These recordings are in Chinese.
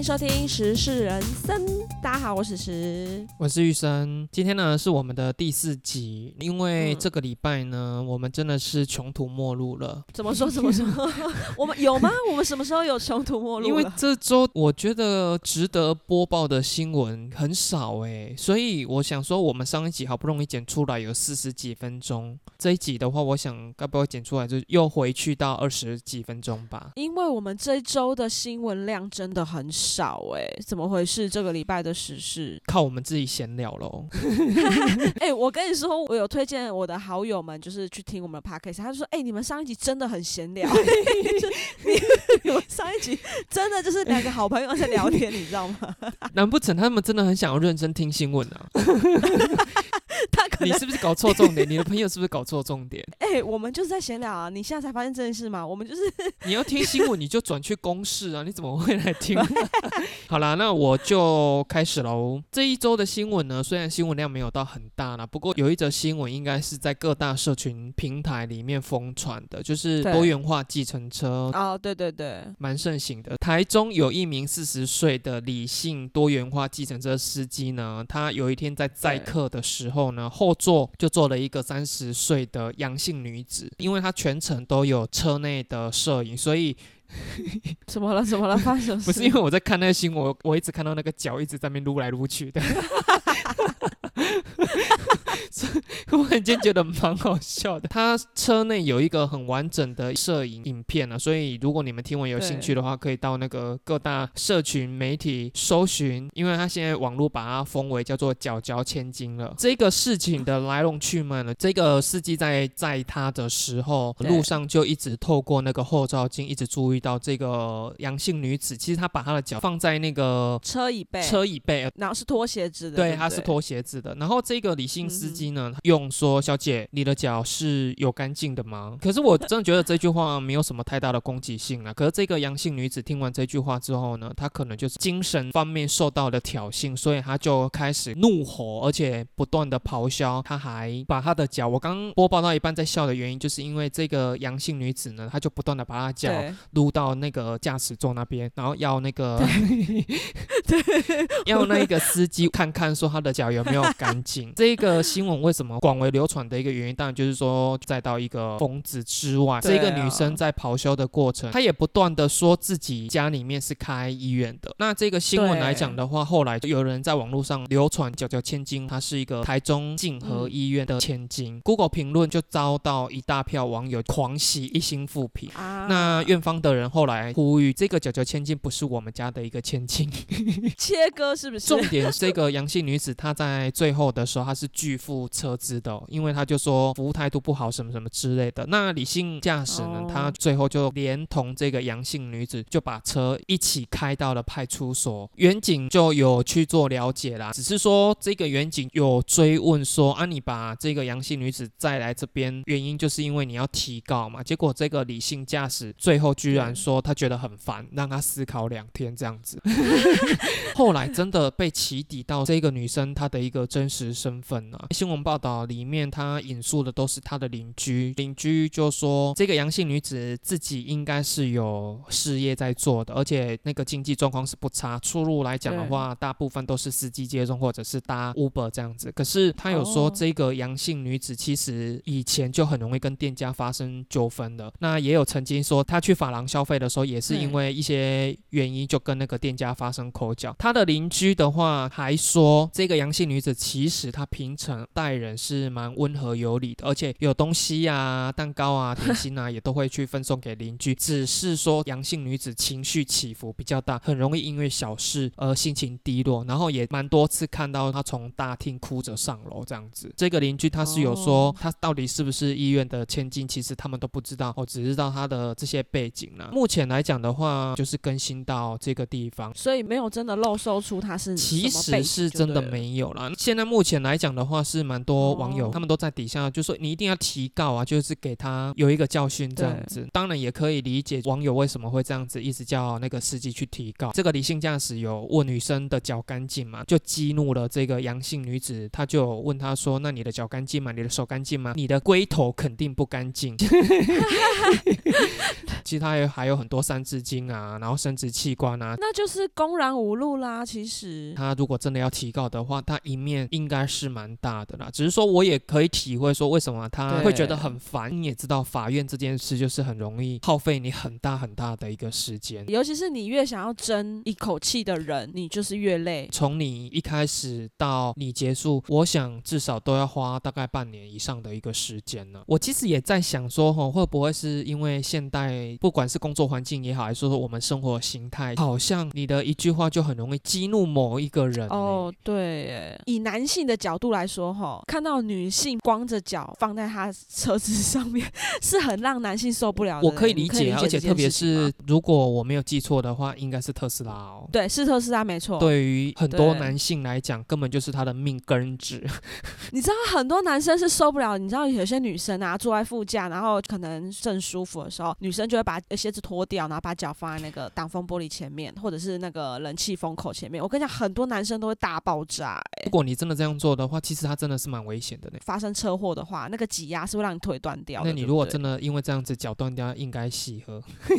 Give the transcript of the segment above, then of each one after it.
收听时事人生，大家好，我是时， 我是玉生。今天呢是我们的第4集，因为这个礼拜呢，我们真的是穷途末路了。 怎么说？我们有吗？我们什么时候有穷途末路了？ 因为这周我觉得值得播报的新闻很少所以我想说，我们上一集好不容易剪出来有40几分钟，这一集的话，我想该不会剪出来就又回去到20几分钟吧？ 因为我们这一周的新闻量真的很少怎么回事？这个礼拜的时事靠我们自己闲聊咯。 我跟你说，我有推荐我的好友们就是去听我们的 podcast， 他就说你们上一集真的很闲聊你们上一集真的就是2个好朋友在聊天你知道吗？ 难不成他们真的很想要认真听新闻啊？ 你是不是搞错重点？你的朋友是不是搞错重点？ 我们就是在闲聊啊！你现在才发现这件事吗？我们就是你要听新闻，你就转去公视啊！你怎么会来听？好啦，那我就开始喽。这一周的新闻呢，虽然新闻量没有到很大啦，不过有一则新闻应该是在各大社群平台里面疯传的，就是多元化计程车对对对， 蛮盛行的。台中有一名40岁的李姓多元化计程车司机呢，他有一天在载客的时候呢，后座就坐了一个30岁的阳性女子，因为他全程都有车内的摄影，所以怎么了？发生什么事？ 不是因为我在看那个新闻，我一直看到那个脚一直在那边撸来撸去的我很间觉得蛮好笑的。他车内有一个很完整的摄影影片啊，所以如果你们听完有兴趣的话，可以到那个各大社群媒体搜寻，因为他现在网络把它封为叫做脚脚千金了。这个事情的来龙去脉呢，这个司机在载他的时候，路上就一直透过那个后照镜一直注意到这个阳性女子，其实她把她的脚放在那个车椅背， 然后是脱鞋子的， 对，她是脱鞋子的。然后这个李姓司机呢，用说小姐，你的脚是有干净的吗？可是我真的觉得这句话没有什么太大的攻击性啊。可是这个阳性女子听完这句话之后呢，她可能就是精神方面受到了挑衅，所以她就开始怒吼，而且不断的咆哮。她还把她的脚，我刚播报到一半在笑的原因，就是因为这个阳性女子呢，她就不断的把她脚撸到那个驾驶座那边，然后要那个要那个司机看看说她的脚有没有干净。这个新闻为什么广为流传的一个原因，当然就是说再到一个疯子之外，这个女生在咆哮的过程，她也不断的说自己家里面是开医院的。那这个新闻来讲的话，后来有人在网络上流传脚脚千金，她是一个台中静和医院的千金。Google 评论就遭到一大票网友狂喜一星负评那院方的人后来呼吁，这个脚脚千金不是我们家的一个千金切割是不是？ 重点这个阳性女子她在最后的时候她是拒付车资的因为她就说服务态度不好什么什么之类的。那李姓驾驶呢，他最后就连同这个阳性女子就把车一起开到了派出所。员警就有去做了解啦，只是说这个员警有追问说你把这个阳性女子载来这边原因就是因为你要提告嘛，结果这个李姓驾驶最后居然说他觉得很烦，让他思考2天这样子后来真的被起底到这个女生她的一个真实身份新闻报道里面她引述的都是她的邻居就说这个阳性女子自己应该是有事业在做的，而且那个经济状况是不差，出入来讲的话大部分都是司机接送或者是搭 Uber 这样子。可是她有说这个阳性女子其实以前就很容易跟店家发生纠纷的，那也有曾经说她去发廊消费的时候也是因为一些原因就跟那个店家发生口角。她的邻居的话还说这个阳性女子其实她平常待人是蛮温和有礼的，而且有东西啊蛋糕啊点心啊也都会去分送给邻居，只是说阳性女子情绪起伏比较大，很容易因为小事而心情低落，然后也蛮多次看到她从大厅哭着上楼这样子。这个邻居他是有说她到底是不是医院的千金，其实他们都不知道只知道她的这些背景目前来讲的话就是更新到这个地方， 所以没有真的漏搜出她是什么背景， 其实是真的没有啦。现在目前来讲的话是蛮多网友友他们都在底下就说你一定要提告啊，就是给他有一个教训这样子。当然也可以理解网友为什么会这样子一直叫那个司机去提告。这个理性驾驶有问女生的脚干净吗，就激怒了这个阳性女子，他就有问她说那你的脚干净吗，你的手干净吗，你的龟头肯定不干净其实他还有很多三字经啊，然后生殖器官啊， 那就是公然侮辱啦。其实他如果真的要提告的话，他一面应该是蛮大的啦。只是说我也可以体会说为什么他会觉得很烦。你也知道法院这件事就是很容易耗费你很大很大的一个时间， 尤其是你越想要争一口气的人，你就是越累。 从你一开始到你结束，我想至少都要花大概半年以上的一个时间呢。我其实也在想说会不会是因为现代不管是工作环境也好，还是说我们生活形态，好像你的一句话就很容易激怒某一个人。 对耶，以男性的角度来说看到女性光着脚放在他车子上面是很让男性受不了的。 我可以理解，而且特别是如果我没有记错的话应该是特斯拉哦。 对，是特斯拉没错。 对于很多男性来讲根本就是他的命根子你知道很多男生是受不了，你知道有些女生啊坐在副驾，然后可能正舒服的时候，女生就会把鞋子脱掉，然后把脚放在那个挡风玻璃前面，或者是那个冷气风口前面。我跟你讲，很多男生都会大爆炸如果你真的这样做的话，其实它真的是蛮危险的呢。 发生车祸的话，那个挤压是会让你腿断掉的。 那你如果真的因为这样子脚断掉，应该洗喝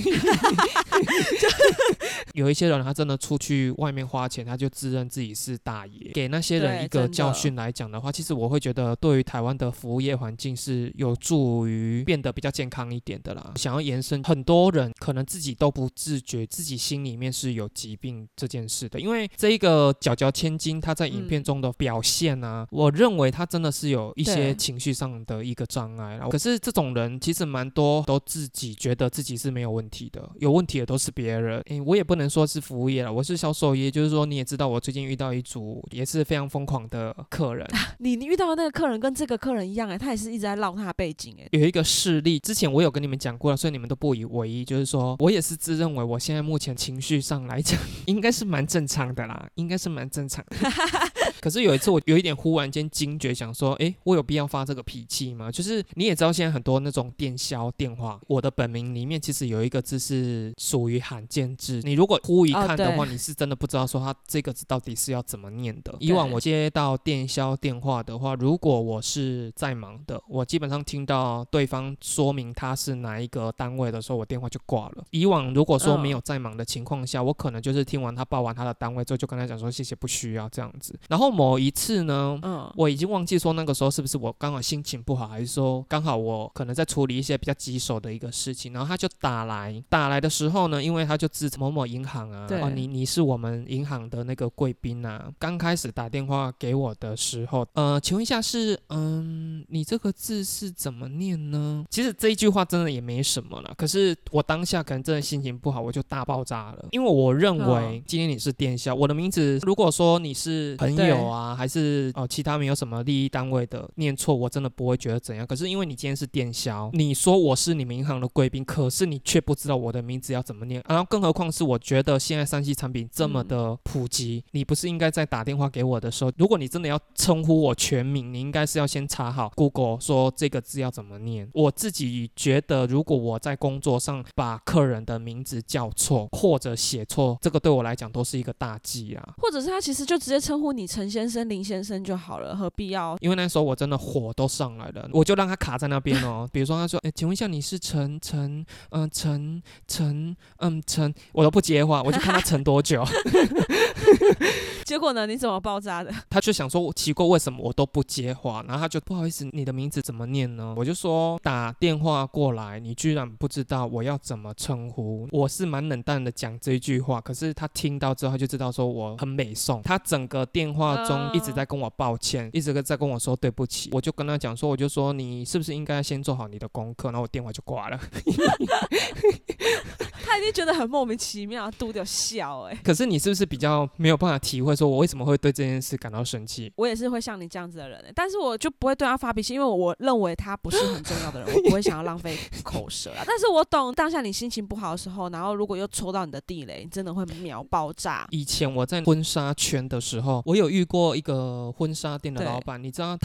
有一些人他真的出去外面花钱，他就自认自己是大爷。给那些人一个教训来讲的话，其实我会觉得对于台湾的服务业环境是有助于变得比较健康一点的啦。想要延伸，很多人可能自己都不自觉自己心里面是有疾病这件事的。因为这一个佼佼千金他在影片中的表现啊，我认为他真的是有一些情绪上的一个障碍啦。可是这种人其实蛮多都自己觉得自己是没有问题的，有问题的都是别人。我也不能说是服务业啦，我是销售业，就是说你也知道我最近遇到一组也是非常疯狂的客人你遇到的那个客人跟这个客人一样他也是一直在唠他的背景有一个事例，之前我有跟你们讲过了，所以你们都不以为意，就是说我也是自认为我现在目前情绪上来讲应该是蛮正常的啦，应该是蛮正常的可是有一次我有一点忽然间惊觉，想说我有必要发这个脾气吗？就是你也知道现在很多那种电销电话，我的本名里面其实有一个字是属于罕见字，你如果忽一看的话，你是真的不知道说它这个字到底是要怎么念的。以往我接到电销电话的话，如果我是在忙的，我基本上听到对方说明他是哪一个单位的时候，我电话就挂了。以往如果说没有在忙的情况下，我可能就是听完他报完他的单位之后，就跟他讲说谢谢不需要这样子。然后某一次呢，我已经忘记说那个时候是不是我刚好心情不好，还是说刚好我可能在处理一些比较棘手的一个事情，然后他就打来的时候呢，因为他就自某某银行啊，你是我们银行的那个贵宾啊，刚开始打电话给我的时候，请问一下是你这个字是怎么念呢？其实这一句话真的也没什么啦，可是我当下可能真的心情不好，我就大爆炸了。因为我认为今天你是电销，我的名字如果说你是朋友啊，还是其他没有什么利益单位的念错，我真的不会觉得怎样。可是因为你今天是电销，你说我是你们银行的贵宾，可是你却不知道我的名字要怎么念，然后更何况是我觉得现在3C 产品这么的普及，你不是应该在打电话给我的时候，如果你真的要称呼我全名，你应该是要先查好 Google 说这个字要怎么念。我自己觉得如果我在工作上把客人的名字叫错或者写错，这个对我来讲都是一个大忌啊。 或者是他其实就直接称呼你陈先生林先生就好了，何必要？ 因为那时候我真的火都上来了，我就让他卡在那边比如说他说请问一下你是陈，我都不接话，我就看他沉多久结果呢你怎么爆炸的？ 他就想说奇怪为什么我都不接话，然后他就不好意思你的名字怎么念呢？我就说打电话过来你居然不知道我要怎么称呼。我是蛮冷淡的讲这一句话，可是他听到之后他就知道说我很美颂，他整个电话中一直在跟我抱歉，一直在跟我说对不起。我就跟他讲说，我就说你是不是应该先做好你的功课，然后我电话就挂了他一定觉得很莫名其妙，嘟掉笑可是你是不是比较没有办法体会说我为什么会对这件事感到生气？ 我也是会像你这样子的人但是我就不会对他发脾气，因为我认为他不是很重要的人我不会想要浪费口舌啦但是我懂当下你心情不好的时候，然后如果又戳到你的地雷，你真的会秒爆炸。 以前我在婚纱圈的时候，我有遇过一个婚纱店的老板，你知道他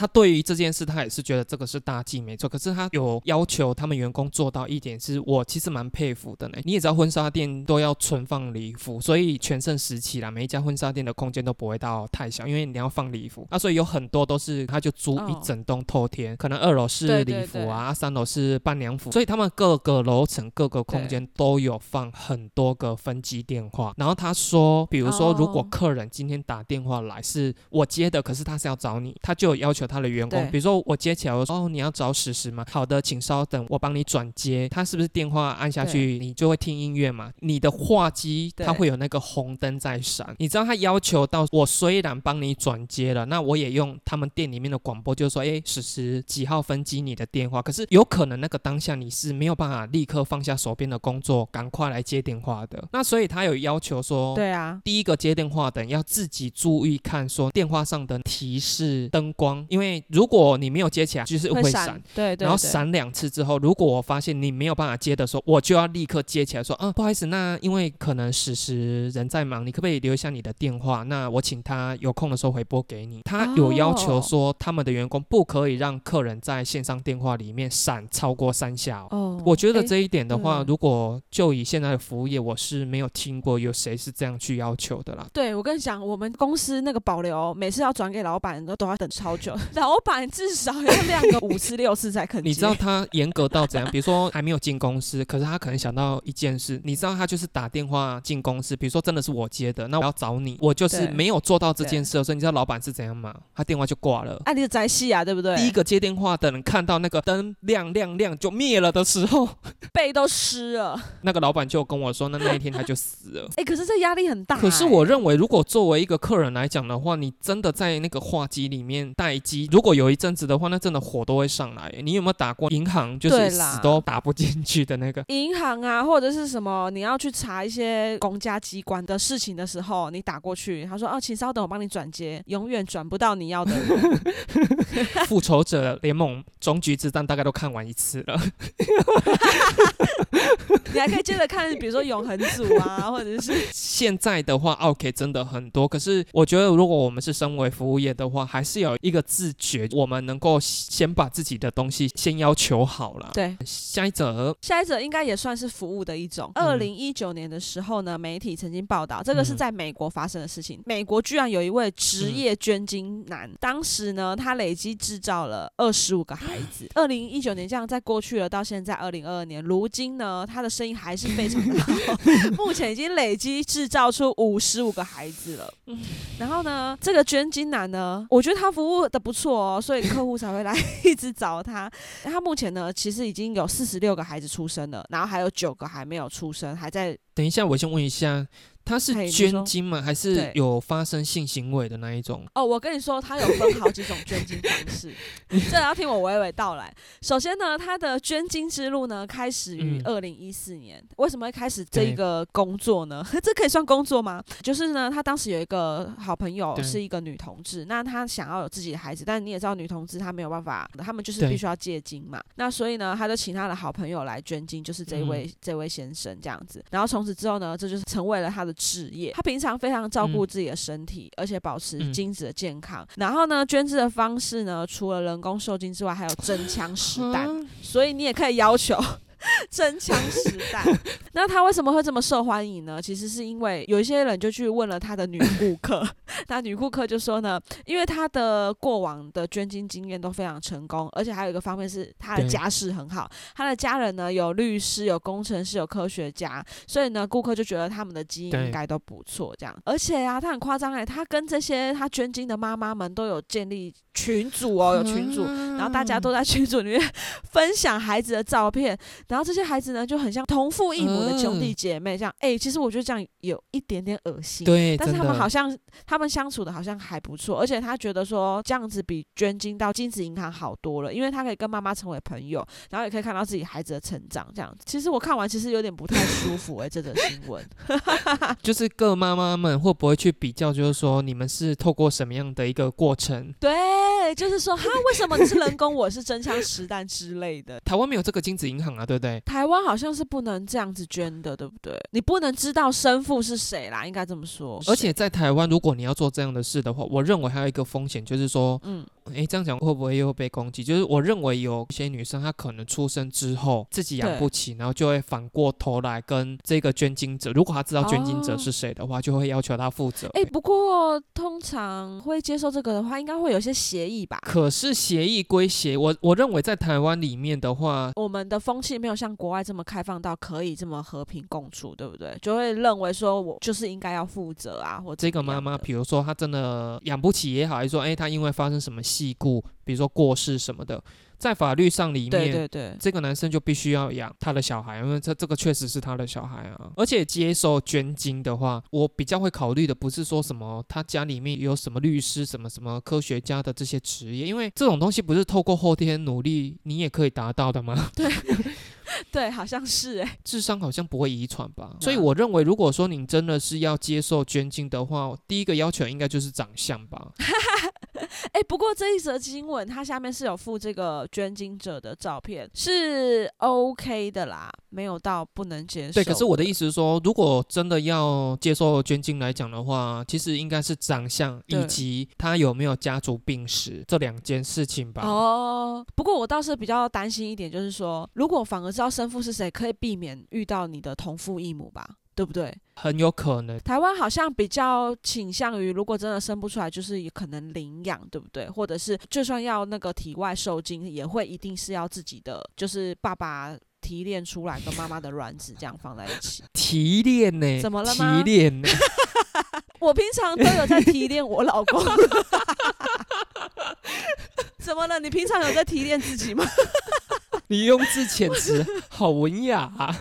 对于这件事他也是觉得这个是大忌没错，可是他有要求他们员工做到一点是我其实蛮佩服的呢。你也知道婚纱店都要存放礼服，所以全盛时期啦，每一家婚纱店的空间都不会到太小，因为你要放礼服，所以有很多都是他就租一整栋透天，可能2楼是礼服啊，3楼是伴娘服，所以他们各个楼层各个空间都有放很多个分机电话。然后他说比如说如果客人今天打电话来是我接的，可是他是要找你，他就有要求他的员工，比如说我接起来我说你要找史实吗？好的，请稍等，我帮你转接。他是不是电话按下去你就会听音乐嘛？你的话机它会有那个红灯在闪，你知道他要求到我虽然帮你转接了，那我也用他们店里面的广播就是说史实几号分机你的电话，可是有可能那个当下你是没有办法立刻放下手边的工作赶快来接电话的，那所以他有要求说对啊， 第一个接电话的人要自己注意看说电话上的提示灯光，因为如果你没有接起来就是会闪， 对， 然后闪2次之后，如果我发现你没有办法接的时候，我就要立刻接起来说不好意思，那因为可能史实人在忙，你可不可以留下你的电话，那我请他有空的时候回拨给你。他有要求说他们的员工不可以让客人在线上电话里面闪超过3下我觉得这一点的话如果就以现在的服务业，我是没有听过有谁是这样去要求的啦。 对，我跟你讲，我们公司那个保留每次要转给老板都要等超久，老板至少要亮个5次6次才肯接。 你知道他严格到怎样？比如说还没有进公司，可是他可能想到一件事，你知道他就是打电话进公司，比如说真的是我接的，那我要找你，我就是没有做到这件事的时候，你知道老板是怎样吗？他电话就挂了。 你的宅戏啊，对不对？ 第一个接电话的人看到那个灯亮就灭了的时候， 背都湿了。 那个老板就跟我说，那一天他就死了。 可是这压力很大。 可是我认为，如果作为一个客人来讲的话，你真的在那个话机里面待机，如果有一阵子的话，那真的火都会上来。你有没有打过银行？就是死都打不进去的那个银行啊，或者是什么，你要去查一些公家机关的事情的时候，你打过去，他说请稍等，我帮你转接，永远转不到你要的人。 复仇者联盟终局之战大概都看完1次了。 你还可以接着看，比如说永恒组啊，或者是现在的话 OK 真的很多，可是我觉得如果我们是身为服务业的话，还是有一个自觉，我们能够先把自己的东西先要求好了。 对， 下一则应该也算是服务的一种。2019年的时候呢，媒体曾经报道，这个是在美国发生的事情。美国居然有一位职业捐精男，当时呢他累积制造了25个孩子。2019年这样再过去了，到现在2022年，如今呢他的生意还是非常的好，目前已经累积制造出55个孩子了。然后呢，这个捐精男呢，我觉得他服务的不错所以客户才会来一直找他。他目前呢，其实已经有46个孩子出生了，然后还有9个还没有出生，还在。 等一下，我先问一下。他是捐精吗？还是有发生性行为的那一种？ 我跟你说，他有分好几种捐精方式，这要听我娓娓道来。首先呢，他的捐精之路呢，开始于2014年。为什么会开始这个工作呢？这可以算工作吗？就是呢，他当时有一个好朋友是一个女同志，那他想要有自己的孩子，但你也知道女同志她没有办法，他们就是必须要借精嘛。那所以呢，他就请他的好朋友来捐精，就是这位先生这样子。然后从此之后呢，这就是成为了他的事业。他平常非常照顾自己的身体，而且保持精子的健康。然后呢，捐精的方式呢，除了人工受精之外，还有真枪实弹，所以你也可以要求真枪实弹。那他为什么会这么受欢迎呢？其实是因为有一些人就去问了他的女顾客，那女顾客就说呢，因为他的过往的捐精经验都非常成功，而且还有一个方面是他的家世很好，他的家人呢有律师、有工程师、有科学家，所以呢顾客就觉得他们的基因应该都不错这样。而且啊，他很夸张他跟这些他捐精的妈妈们都有建立群组有群组，然后大家都在群组里面分享孩子的照片，然后这些孩子呢就很像同父异母的兄弟姐妹这样。其实我觉得这样有一点点恶心， 对， 但是他们好像他们相处的好像还不错，而且他觉得说这样子比捐精到精子银行好多了，因为他可以跟妈妈成为朋友，然后也可以看到自己孩子的成长这样子。其实我看完其实有点不太舒服这则新闻。 就是各妈妈们会不会去比较，就是说你们是透过什么样的一个过程？ 对，就是说为什么你是人工，我是真枪实弹之类的。 台湾没有这个精子银行啊，对不对？ 台湾好像是不能这样子捐的，对不对？你不能知道生父是谁啦，应该这么说。 而且在台湾，如果你要做这样的事的话，我认为还有一个风险，就是说， 这样讲会不会又被攻击？就是我认为有些女生她可能出生之后自己养不起，然后就会反过头来跟这个捐精者，如果她知道捐精者是谁的话，就会要求她负责。 不过通常会接受这个的话，应该会有一些协议吧？ 可是协议归协议，我认为在台湾里面的话， 我们的风气没有像国外这么开放到可以这么和平共处，对不对？就会认为说我就是应该要负责啊，或者这个妈妈，比如说她真的养不起也好，还是说她因为发生什么事故，比如说过世什么的，在法律上里面， 对， 这个男生就必须要养他的小孩，因为这个确实是他的小孩啊。而且接受捐精的话，我比较会考虑的不是说什么他家里面有什么律师、什么科学家的这些职业，因为这种东西不是透过后天努力你也可以达到的吗？ 对。对，好像是智商好像不会遗传吧，所以我认为如果说你真的是要接受捐精的话，第一个要求应该就是长相吧。 不过这一则新闻它下面是有附这个捐精者的照片，是 OK 的啦，没有到不能接受。 对，可是我的意思是说，如果真的要接受捐精来讲的话，其实应该是长相以及他有没有家族病史这两件事情吧。 不过我倒是比较担心一点，就是说如果反而知道生父是谁，可以避免遇到你的同父异母吧，对不对？ 很有可能。 台湾好像比较倾向于，如果真的生不出来，就是可能领养，对不对？或者是就算要那个体外受精，也会一定是要自己的，就是爸爸提炼出来跟妈妈的卵子这样放在一起。 提炼呢？ 怎么了吗？ 提炼呢？ 我平常都有在提炼我老公。怎么了？你平常有在提炼自己吗？ 你用字遣词好文雅啊。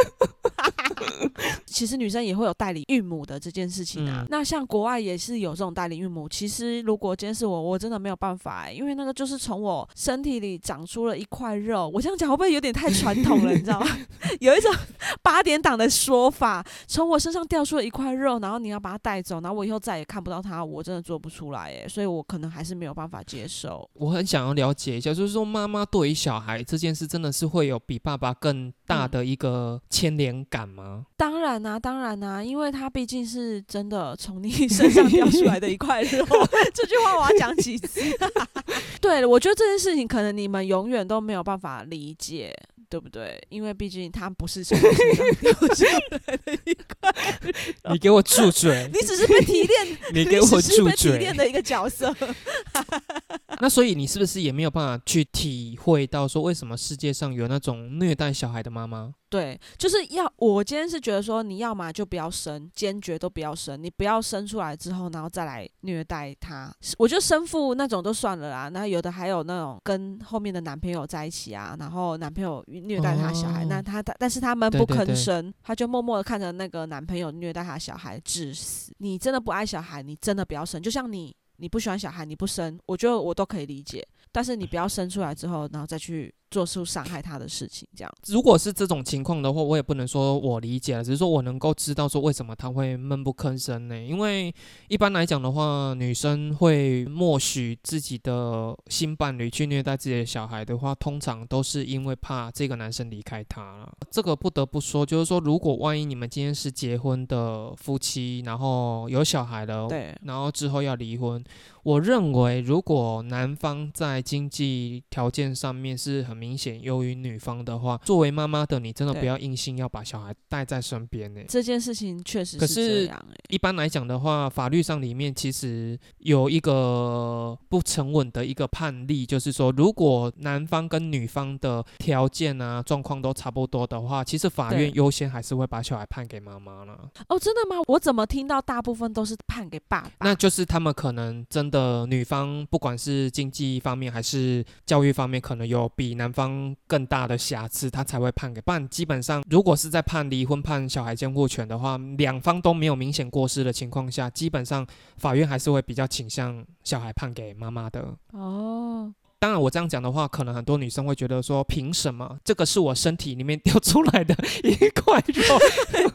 其实女生也会有代理孕母的这件事情啊，那像国外也是有这种代理孕母。其实如果今天是我真的没有办法因为那个就是从我身体里长出了一块肉。我这样讲会不会有点太传统了？你知道吗？有一种8点档的说法，从我身上掉出了一块肉，然后你要把它带走，然后我以后再也看不到它，我真的做不出来所以我可能还是没有办法接受。 我很想要了解一下，就是说妈妈对于小孩这件事真的是会有比爸爸更大的一个牵连感吗？ 当然啊，因为他毕竟是真的从你身上掉出来的一块肉。这句话我要讲几次？对，我觉得这件事情可能你们永远都没有办法理解，对不对？因为毕竟他不是从你身上掉出来的一块肉。 你给我住嘴！ 你只是被提炼， 你给我住嘴！ 你只是被提炼的一个角色。 那所以你是不是也没有办法去体会到说为什么世界上有那种虐待小孩的妈妈？ 对，就是我今天是觉得说，你要嘛就不要生，坚决都不要生，你不要生出来之后，然后再来虐待他。我觉得生父那种都算了啦，那有的还有那种跟后面的男朋友在一起啊，然后男朋友虐待他小孩，但是他们不吭声，他就默默的看着那个男朋友虐待他小孩致死。你真的不爱小孩，你真的不要生，就像你不喜欢小孩，你不生，我觉得我都可以理解，但是你不要生出来之后，然后再去做出伤害他的事情，这样。 如果是这种情况的话，我也不能说我理解了，只是说我能够知道说为什么他会闷不吭声呢？因为一般来讲的话，女生会默许自己的新伴侣去虐待自己的小孩的话，通常都是因为怕这个男生离开她了。这个不得不说，就是说如果万一你们今天是结婚的夫妻，然后有小孩了， 对， 然后之后要离婚，我认为如果男方在经济条件上面是很明显优于女方的话，作为妈妈的你真的不要硬性要把小孩带在身边这件事情确实是这样一般来讲的话，法律上里面其实有一个不成文的一个判例，就是说如果男方跟女方的条件啊状况都差不多的话，其实法院优先还是会把小孩判给妈妈了。 真的吗？我怎么听到大部分都是判给爸爸？ 那就是他们可能真的女方不管是经济方面还是教育方面，可能有比男方更大的瑕疵，他才会判给。不然基本上如果是在判离婚判小孩监护权的话，两方都没有明显过失的情况下，基本上法院还是会比较倾向小孩判给妈妈的。当然我这样讲的话，可能很多女生会觉得说凭什么这个是我身体里面掉出来的一块肉。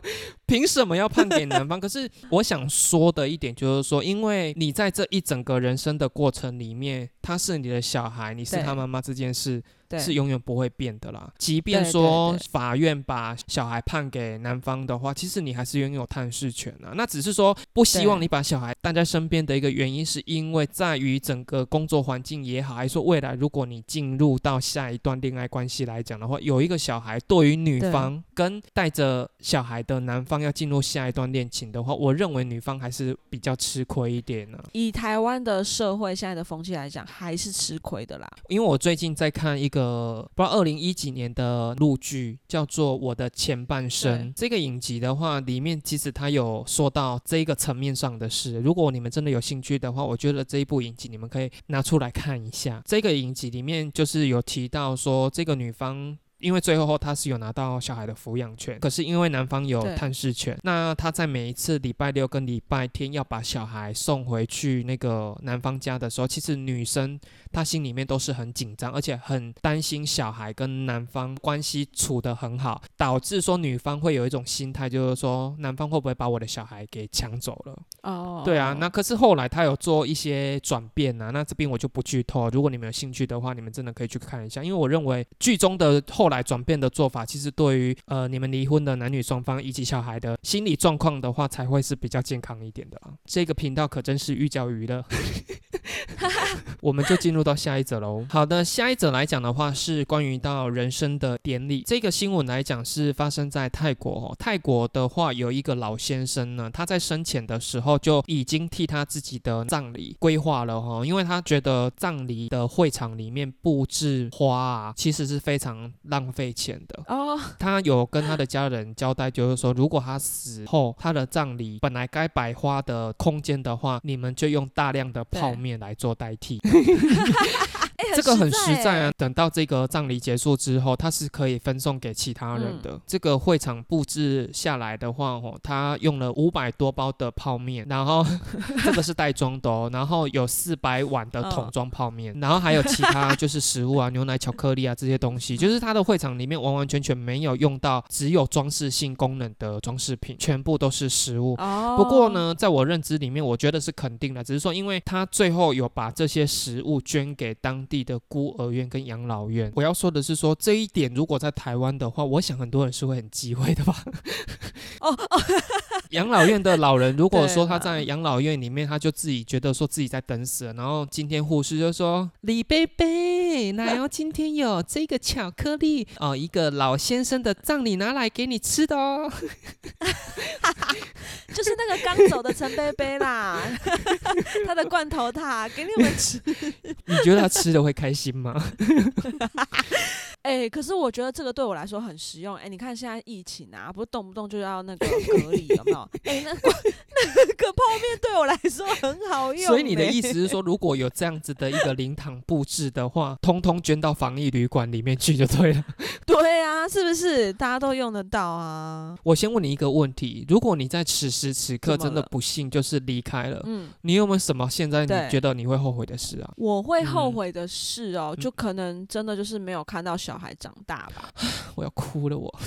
凭什么要判给男方？可是我想说的一点就是说，因为你在这一整个人生的过程里面，他是你的小孩，你是他妈妈这件事是永远不会变的啦。即便说法院把小孩判给男方的话，其实你还是拥有探视权啊。那只是说不希望你把小孩带在身边的一个原因，是因为在于整个工作环境也好，还是说未来如果你进入到下一段恋爱关系来讲的话，有一个小孩对于女方跟带着小孩的男方要进入下一段恋情的话，我认为女方还是比较吃亏一点啊。 以台湾的社会现在的风气来讲，还是吃亏的啦。 因为我最近在看一个不知道2010几年的陆剧，叫做《我的前半生》。这个影集的话，里面其实它有说到这个层面上的事。如果你们真的有兴趣的话，我觉得这一部影集你们可以拿出来看一下。这个影集里面就是有提到说，这个女方因为最后他是有拿到小孩的抚养权，可是因为男方有探视权，那他在每一次礼拜六跟礼拜天要把小孩送回去那个男方家的时候，其实女生她心里面都是很紧张，而且很担心小孩跟男方关系处得很好，导致说女方会有一种心态，就是说男方会不会把我的小孩给抢走了。对啊，那可是后来他有做一些转变啊，那这边我就不剧透，如果你们有兴趣的话，你们真的可以去看一下。因为我认为剧中的后来转变的做法，其实对于你们离婚的男女双方以及小孩的心理状况的话，才会是比较健康一点的啊。这个频道可真是寓教于乐。我们就进入到下一则喽。好的，下一则来讲的话是关于到人生的典礼。这个新闻来讲是发生在泰国泰国的话有一个老先生呢，他在生前的时候就已经替他自己的葬礼规划了因为他觉得葬礼的会场里面布置花啊，其实是非常浪费钱的他有跟他的家人交代，就是说如果他死后他的葬礼本来该摆花的空间的话，你们就用大量的泡面来做代替。这个很实在啊，等到这个葬礼结束之后，它是可以分送给其他人的。这个会场布置下来的话他用了500多包的泡面，然后这个是袋装的然后有400碗的桶装泡面，然后还有其他就是食物啊，牛奶、巧克力啊这些东西，就是它的会场里面完完全全没有用到只有装饰性功能的装饰品，全部都是食物。不过呢，在我认知里面，我觉得是肯定的，只是说因为他最后有把这些食物捐给当地的孤儿院跟养老院。我要说的是说，这一点如果在台湾的话，我想很多人是会很忌讳的吧。养老院的老人如果说他在养老院里面，他就自己觉得说自己在等死了，然后今天护士就说李贝贝来今天有这个巧克力一个老先生的葬礼拿来给你吃的就是那个刚走的陈贝贝啦。他的罐头塔给你们吃。 你觉得他吃的会开心吗？ 可是我觉得这个对我来说很实用。你看现在疫情啊，不是动不动就要那个隔离，有没有？那个泡面对我来说很好用。 所以你的意思是说，如果有这样子的一个灵堂布置的话，通通捐到防疫旅馆里面去就对了。 对啊，是不是大家都用得到啊？ 我先问你一个问题，如果你在此时此刻真的不幸就是离开了，你有没有什么现在你觉得你会后悔的事啊？ 我会后悔的事就可能真的就是没有看到小孩长大吧。 我要哭了我。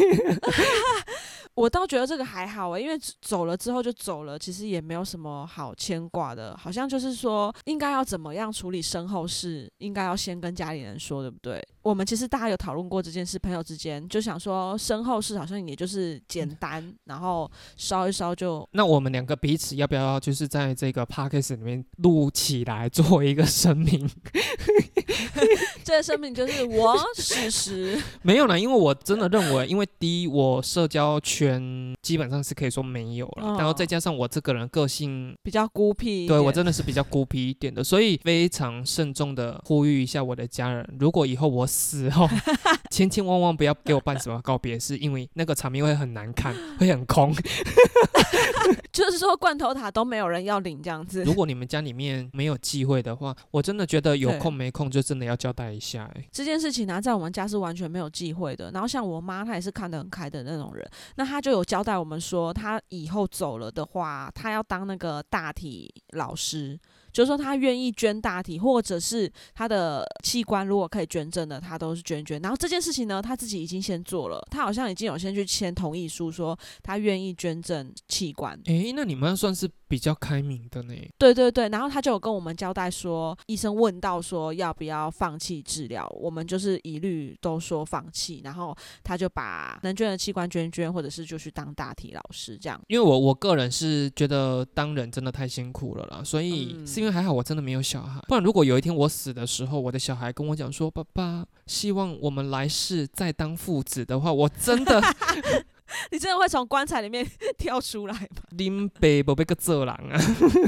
我倒觉得这个还好因为走了之后就走了，其实也没有什么好牵挂的，好像就是说应该要怎么样处理身后事，应该要先跟家里人说，对不对？我们其实大家有讨论过这件事，朋友之间就想说身后事好像也就是简单，然后烧一烧就。 那我们两个彼此要不要就是在这个 podcast 里面录起来做一个声明？ 这个声明就是我事实。 没有啦，因为我真的认为，因为第一我社交圈基本上是可以说没有了，然后再加上我这个人个性比较孤僻一点， 对，我真的是比较孤僻一点的，所以非常慎重的呼吁一下我的家人，如果以后我死后千千万万不要给我办什么告别式，因为那个场面会很难看，会很空。 就是说罐头塔都没有人要领这样子。 如果你们家里面没有忌讳的话，我真的觉得有空没空就真的要交代一下这件事情在我们家是完全没有忌讳的。然后像我妈她也是看得很开的那种人，那她就有交代我们说，她以后走了的话，她要当那个大体老师， 就是说他愿意捐大体，或者是他的器官如果可以捐赠的，他都是捐。然后这件事情呢，他自己已经先做了，他好像已经有先去签同意书，说他愿意捐赠器官。 那你们算是比较开明的呢。 对对对，然后他就有跟我们交代说，医生问到说要不要放弃治疗，我们就是一律都说放弃，然后他就把能捐的器官捐，或者是就去当大体老师这样。 因为我个人是觉得当人真的太辛苦了啦，所以是因为还好我真的没有小孩，不然如果有一天我死的时候，我的小孩跟我讲说，爸爸希望我们来世再当父子的话，我真的你真的会从棺材里面跳出来吗？ 林北不被个这狼啊！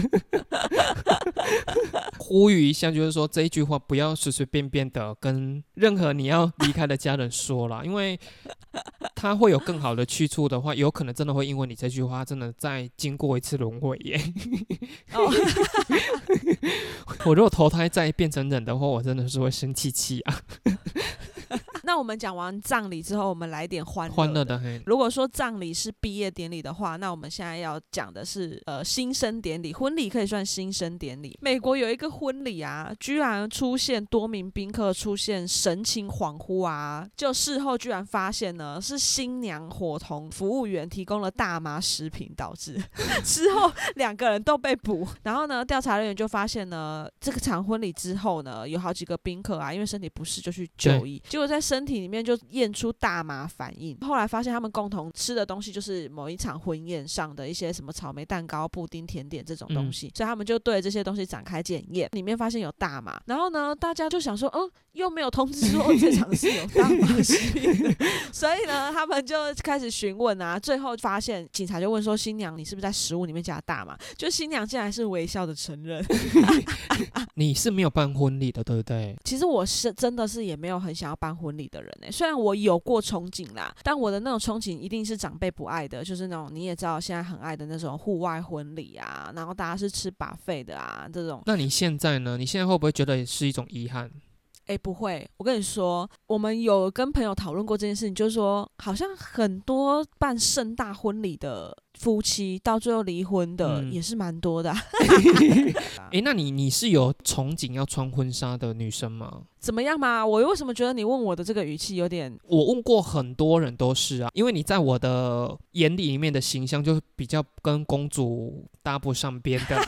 呼吁一下，就是说这一句话不要随随便便的跟任何你要离开的家人说啦，因为他会有更好的去处的话，有可能真的会因为你这句话真的再经过一次轮回耶。我如果投胎再变成人的话，我真的是会生气啊。 那我们讲完葬礼之后，我们来点欢乐的。如果说葬礼是毕业典礼的话，那我们现在要讲的是新生典礼。婚礼可以算新生典礼。美国有一个婚礼啊，居然出现多名宾客出现神情恍惚啊，就事后居然发现呢是新娘伙同服务员提供了大麻食品导致，之后2个人都被捕。然后呢，调查人员就发现呢，这个场婚礼之后呢，有好几个宾客啊，因为身体不适就去就医，结果在身体里面就验出大麻反应。后来发现他们共同吃的东西就是某一场婚宴上的一些什么草莓蛋糕、布丁、甜点这种东西，所以他们就对这些东西展开检验，里面发现有大麻。然后呢，大家就想说，又没有通知说这场是有大麻食品的，所以呢，他们就开始询问啊。最后发现，警察就问说：“新娘，你是不是在食物里面加大麻？”就新娘竟然是微笑的承认。 你是没有办婚礼的，对不对？ 其实我是真的是也没有很想要办婚礼的人虽然我有过憧憬啦，但我的那种憧憬一定是长辈不爱的，就是那种你也知道现在很爱的那种户外婚礼啊，然后大家是吃 buffet 的啊这种。 那你现在呢？你现在会不会觉得是一种遗憾？ 不会，我跟你说，我们有跟朋友讨论过这件事情，就是说好像很多办盛大婚礼的夫妻到最后离婚的也是蛮多的那你是有憧憬要穿婚纱的女生吗？ 怎么样嘛？我为什么觉得你问我的这个语气有点…… 我问过很多人都是啊，因为你在我的眼里面的形象就比较跟公主搭不上边的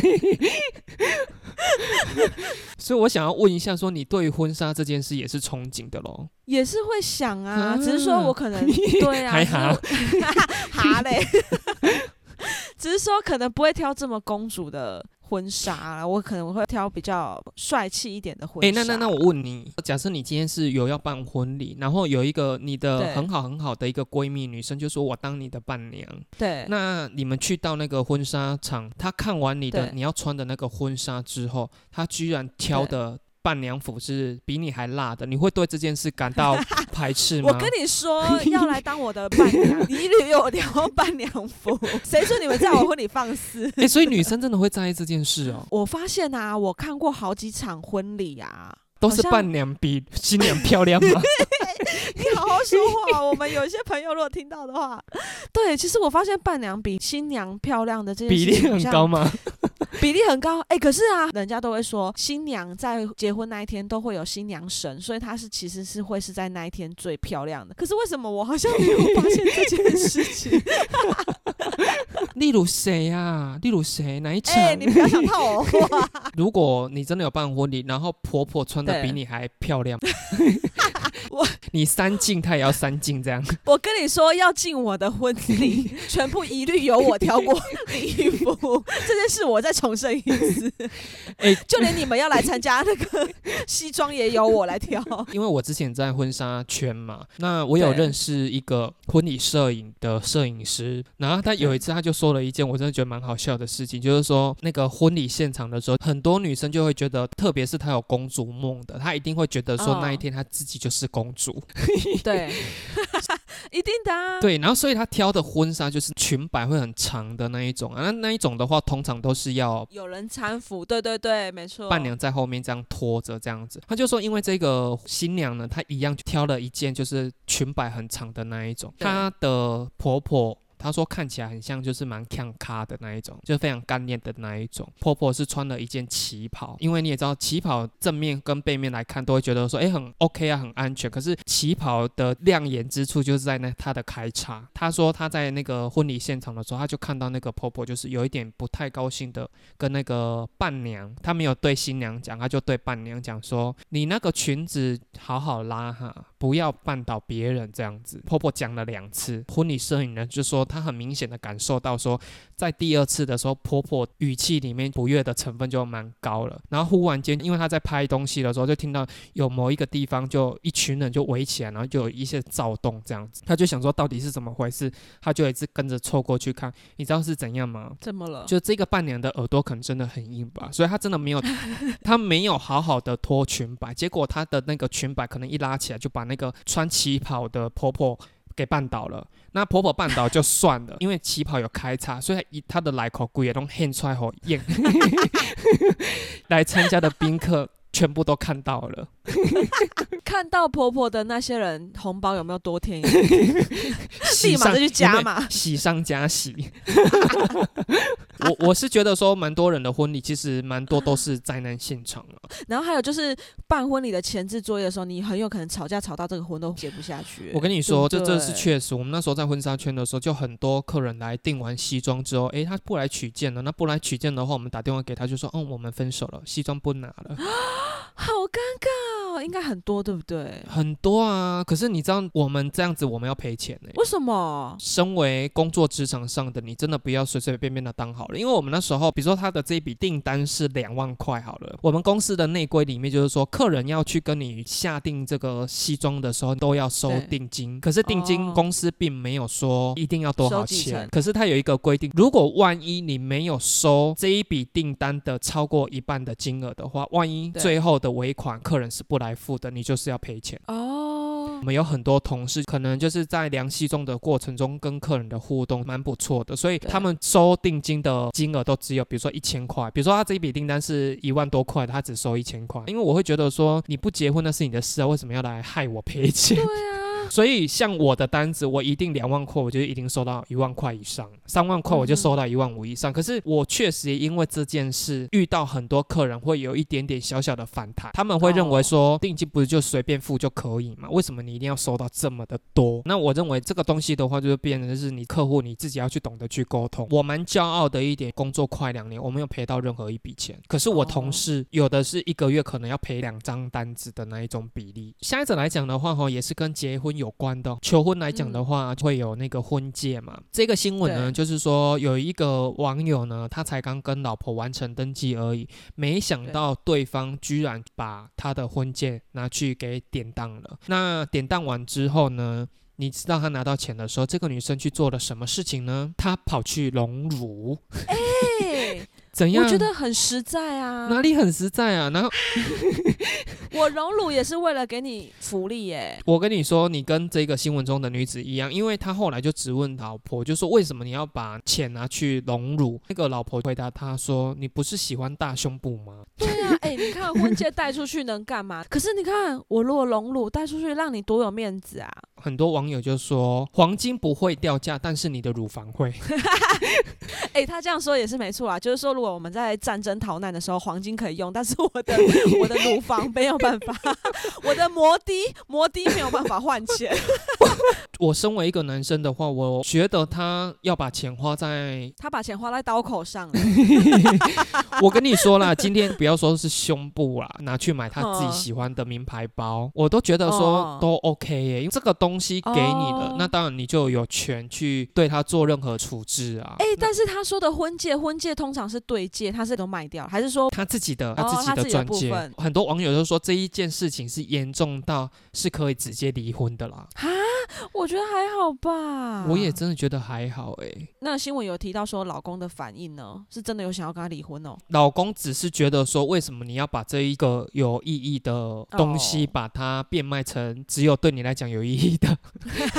所以我想要问一下，说你对于婚纱这件事也是憧憬的咯？ 也是会想啊，只是说我可能对啊， 还好哈嘞，只是说可能不会挑这么公主的婚纱啦，我可能会挑比较帅气一点的婚纱。 那我问你，假设你今天是有要办婚礼，然后有一个你的很好很好的一个闺蜜女生就说我当你的伴娘， 对， 那你们去到那个婚纱场，她看完你要穿的那个婚纱之后，她居然挑的伴娘服是比你还辣的，你会对这件事感到排斥吗？ 我跟你说，要来当我的伴娘，你一律有挑伴娘服。谁说你们在我婚礼放肆？ 所以女生真的会在意这件事哦。 我发现啊，我看过好几场婚礼啊， 都是伴娘比新娘漂亮吗？ 你好好说话，我们有一些朋友如果听到的话，对，其实我发现伴娘比新娘漂亮的这件事情比例很高吗？ 比例很高，可是啊，人家都会说新娘在结婚那一天都会有新娘神，所以她其实是会是在那一天最漂亮的。可是为什么我好像没有发现这件事情？ 例如谁啊？例如谁？哪一场？ 你不要想套我话。 如果你真的有办婚礼，然后婆婆穿的比你还漂亮，你3进她也要3进这样。 我跟你说，要进我的婚礼，全部一律由我挑过礼服。这件事我再重申一次。就连你们要来参加那个西装也由我来挑。 因为我之前在婚纱圈嘛，那我有认识一个婚礼摄影的摄影师，然后他有一次他就说了一件我真的觉得蛮好笑的事情，就是说那个婚礼现场的时候，很多女生就会觉得，特别是她有公主梦的，她一定会觉得说那一天她自己就是公主。 对，一定的啊。 对，然后所以她挑的婚纱就是裙摆会很长的那一种啊，那一种的话通常都是要有人搀扶，对对对，没错， 伴娘在后面这样拖着这样子。他就说因为这个新娘呢，她一样挑了一件就是裙摆很长的那一种，她的婆婆她说看起来很像就是蛮强咖的那一种，就非常干练的那一种。婆婆是穿了一件旗袍，因为你也知道旗袍正面跟背面来看都会觉得说很 OK 啊，很安全，可是旗袍的亮眼之处就是在她的开叉。她说她在那个婚礼现场的时候，她就看到那个婆婆就是有一点不太高兴的跟那个伴娘，她没有对新娘讲，她就对伴娘讲说，你那个裙子好好拉哈，不要绊倒别人这样子。婆婆讲了2次，婚礼摄影人就说她很明显的感受到说，在第2次的时候，婆婆语气里面不悦的成分就蛮高了。然后忽然间，因为她在拍东西的时候，就听到有某一个地方就一群人就围起来，然后就有一些躁动这样子。她就想说到底是怎么回事，她就一直跟着凑过去看。你知道是怎样吗？ 怎么了？ 就这个伴娘的耳朵可能真的很硬吧，所以她真的没有，她没有好好的脱裙摆，结果她的那个裙摆可能一拉起来，就把那个穿旗袍的婆婆给绊倒了。那婆婆绊倒就算了，因为旗袍有开叉，所以她的来口规也都现出来好硬。来参加的宾客全部都看到了。 看到婆婆的那些人红包有没有多添一点？立马就去加嘛， 喜上加喜。我是觉得说蛮多人的婚礼其实蛮多都是灾难现场啊。 然后还有就是办婚礼的前置作业的时候，你很有可能吵架吵到这个婚都结不下去。 我跟你说，这是确实。我们那时候在婚纱圈的时候，就很多客人来订完西装之后，他不来取件了。那不来取件的话，我们打电话给他就说，我们分手了，西装不拿了。 好尴尬哦，应该很多对不对？ 很多啊，可是你知道我们这样子我们要赔钱为什么？ 身为工作职场上的你，真的不要随随便便的当好了。因为我们那时候比如说他的这一笔订单是2万块好了，我们公司的内规里面就是说，客人要去跟你下订这个西装的时候都要收定金，可是定金公司并没有说一定要多少钱，可是他有一个规定，如果万一你没有收这一笔订单的超过1半的金额的话，万一最后的尾款客人是不来付的，你就是要赔钱。我们有很多同事可能就是在量西装的过程中跟客人的互动蛮不错的，所以他们收定金的金额都只有比如说1000块，比如说他这一笔订单是1万多块，他只收1000块。因为我会觉得说，你不结婚那是你的事啊，为什么要来害我赔钱？ 对啊。 所以像我的单子，我一定2万块，我就一定收到1万块以上；3万块我就收到1万5以上。可是我确实也因为这件事遇到很多客人会有一点点小小的反弹，他们会认为说定金不是就随便付就可以吗？为什么你一定要收到这么的多？那我认为这个东西的话，就是变成是你客户你自己要去懂得去沟通。我蛮骄傲的一点，工作快2年，我没有赔到任何一笔钱。可是我同事有的是1个月可能要赔2张单子的那一种比例。下一者来讲的话，也是跟结婚有关的。求婚来讲的话，会有那个婚戒嘛。这个新闻呢，就是说有一个网友呢，他才刚跟老婆完成登记而已，没想到对方居然把他的婚戒拿去给典当了。那典当完之后呢，你知道他拿到钱的时候，这个女生去做了什么事情呢？她跑去隆乳。怎样？ 我觉得很实在啊。 哪里很实在啊？然后我隆乳也是为了给你福利耶。 我跟你说，你跟这个新闻中的女子一样，因为她后来就质问老婆，就说为什么你要把钱拿去隆乳？那个老婆回答她说，你不是喜欢大胸部吗？ 对啊，你看婚戒带出去能干嘛？可是你看我如果隆乳带出去，让你多有面子啊。 很多网友就说，黄金不会掉价，但是你的乳房会。 他这样说也是没错啊，就是说如果我们在战争逃难的时候，黄金可以用，但是我的乳房没有办法，我的摩的没有办法换钱。 我身为一个男生的话，我觉得他要把钱花在刀口上了。 我跟你说啦，今天不要说是胸部啦，拿去买他自己喜欢的名牌包，我都觉得说都 OK 耶，因为这个东西给你的，那当然你就有权去对他做任何处置啊。 但是他说的婚戒通常是对戒，他是都卖掉了，还是说他自己的钻戒？很多网友都说这一件事情是严重到是可以直接离婚的啦。 我觉得还好吧。 我也真的觉得还好那新闻有提到说老公的反应呢，是真的有想要跟他离婚哦？ 老公只是觉得说，为什么你要把这一个有意义的东西把它变卖成只有对你来讲有意义的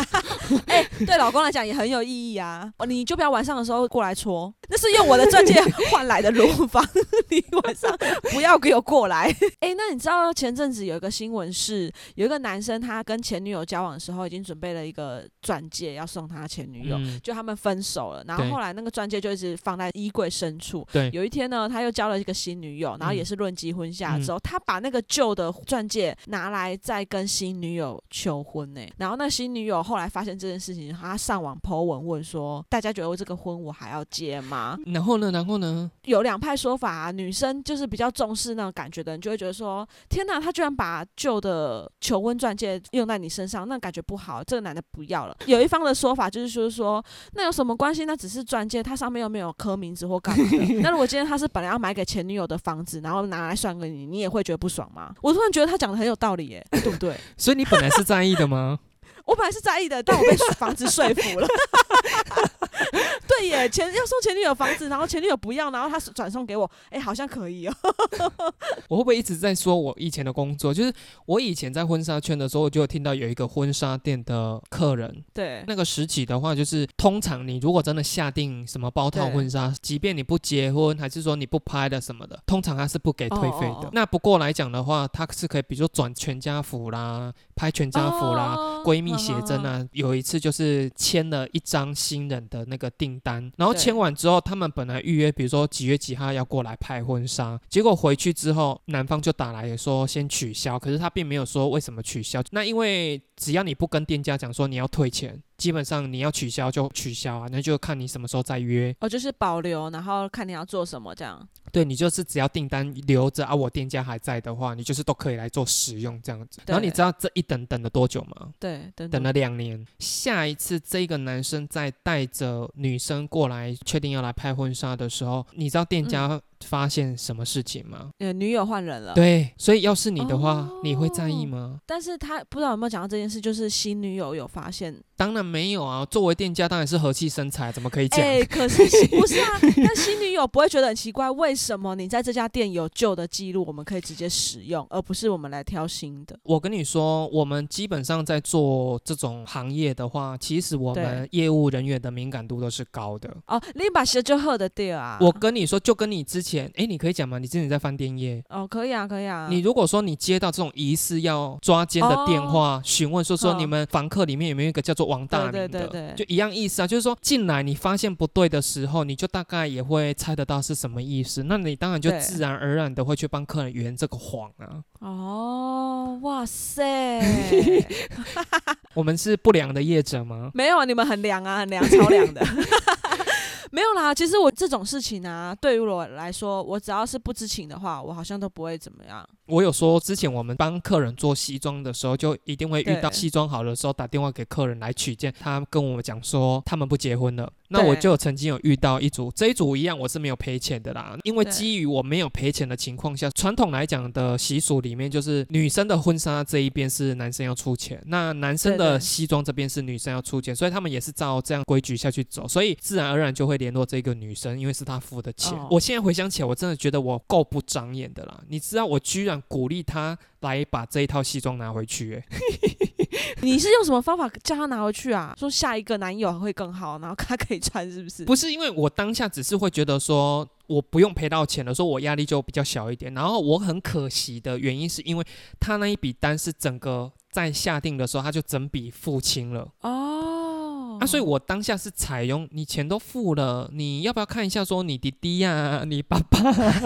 对老公来讲也很有意义啊。你就不要晚上的时候过来戳，那是用我的钻戒换来的乳房，你晚上不要给我过来。那你知道前阵子有一个新闻是，有一个男生他跟前女友交往的时候，已经准备了一个钻戒要送他前女友，就他们分手了，然后后来那个钻戒就一直放在衣柜深处。 对， 有一天呢，他又交了一个新女友，然后也是论及婚嫁之后，他把那个旧的钻戒拿来再跟新女友求婚然后那新女友后来发现这件事情，他上网 po 文问说，大家觉得我这个婚我还要结吗？ 然后呢？ 有两派说法女生就是比较重视那种感觉的人，就会觉得说，天哪，他居然把旧的求婚钻戒用在你身上，那感觉不好，这个男的不要了。有一方的说法就是说，那有什么关系？那只是钻戒，它上面又没有刻名字或干嘛的。那如果今天他是本来要买给前女友的房子，然后拿来算给你，你也会觉得不爽吗？我突然觉得他讲的很有道理耶，对不对？ 所以你本来是在意的吗？ 我本来是在意的，但我被房子说服了。对耶，要送前女友房子，然后前女友不要，然后他转送给我，好像可以哦。 我会不会一直在说我以前的工作？就是我以前在婚纱圈的时候，我就有听到有一个婚纱店的客人， 对那个时期的话，就是通常你如果真的下定什么包套婚纱，即便你不结婚，还是说你不拍的什么的，通常他是不给退费的。那不过来讲的话，他是可以比如说转全家福啦，拍全家福啦，闺蜜写真啊。有一次就是签了一张新人的那个订单，然后签完之后，他们本来预约比如说几月几号要过来拍婚纱，结果回去之后男方就打来说先取消，可是他并没有说为什么取消。那因为只要你不跟店家讲说你要退钱，基本上你要取消就取消啊，那就看你什么时候再约。 就是保留，然后看你要做什么这样。 对，你就是只要订单留着啊，我店家还在的话，你就是都可以来做使用这样子。然后你知道这一等了多久吗？ 对， 等了2年。下一次这个男生再带着女生过来确定要来拍婚纱的时候，你知道店家发现什么事情吗？ 女友换人了。 对，所以要是你的话，你会在意吗？ 但是他不知道有没有讲到这件事，就是新女友有发现。 当然没有啊，作为店家当然是和气生财，怎么可以讲？ 可是不是啊？但新女友不会觉得很奇怪，为什么你在这家店有旧的记录，我们可以直接使用，而不是我们来挑新的？ 我跟你说，我们基本上在做这种行业的话，其实我们业务人员的敏感度都是高的。 你把鞋就喝的掉啊！ 我跟你说，就跟你之前，你可以讲吗？你之前在饭店业。 可以啊，可以啊。 你如果说你接到这种疑似要抓奸的电话，询问说你们房客里面有没有一个叫做王大明的，对，就一样意思啊，就是说进来你发现不对的时候，你就大概也会猜得到是什么意思，那你当然就自然而然的会去帮客人圆这个谎啊。 哇塞！ 我们是不良的业者吗？ 没有，你们很良啊，很良，超良的。没有啦，其实我这种事情啊，对于我来说，我只要是不知情的话，我好像都不会怎么样。 我有说之前我们帮客人做西装的时候，就一定会遇到西装好的时候打电话给客人来取件，他跟我们讲说他们不结婚了。那我就曾经有遇到一组，这一组一样我是没有赔钱的啦，因为基于我没有赔钱的情况下，传统来讲的习俗里面就是女生的婚纱这一边是男生要出钱，那男生的西装这边是女生要出钱，所以他们也是照这样规矩下去走，所以自然而然就会联络这个女生，因为是她付的钱。我现在回想起来，我真的觉得我够不长眼的啦，你知道我居然鼓励她来把这一套西装拿回去你是用什么方法叫他拿回去啊？说下一个男友会更好，然后他可以穿，是不是？ 不是，因为我当下只是会觉得说我不用赔到钱了，所以我压力就比较小一点。然后我很可惜的原因是因为他那一笔单是整个在下定的时候他就整笔付清了所以我当下是采用你钱都付了，你要不要看一下说你弟弟啊，你爸爸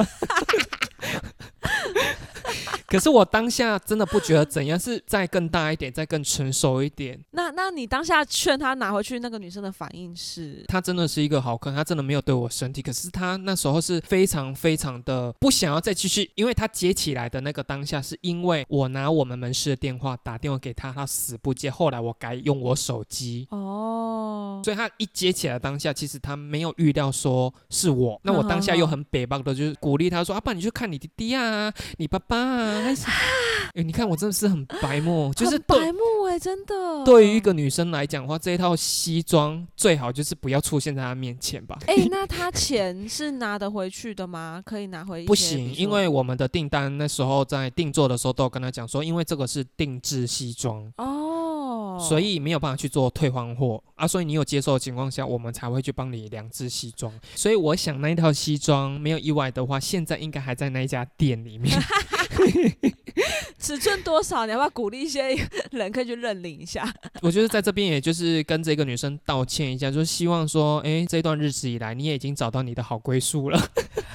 可是我当下真的不觉得怎样，是再更大一点，再更成熟一点。 那你当下劝他拿回去，那个女生的反应是？ 她真的是一个好客人，她真的没有对我生气，可是她那时候是非常非常的不想要再继续，因为她接起来的那个当下是因为我拿我们门市的电话打电话给她，她死不接，后来我改用我手机所以她一接起来当下，其实她没有预料说是我，那我当下又很北棒的就是鼓励她说爸你去看你弟弟啊，你爸爸啊你看我真的是很白目，就是很白目真的。 对于一个女生来讲的话，这一套西装最好就是不要出现在她面前吧。 那她钱是拿得回去的吗？可以拿回一些？ 不行，因为我们的订单那时候在定做的时候都有跟她讲说，因为这个是定制西装所以没有办法去做退换货啊，所以你有接受的情况下，我们才会去帮你量制西装。所以我想那一套西装没有意外的话，现在应该还在那一家店里面。 尺寸多少？你要不要鼓励一些人可以去认领一下？ 我觉得在这边也就是跟这个女生道歉一下，就是希望说，这段日子以来你也已经找到你的好归宿了。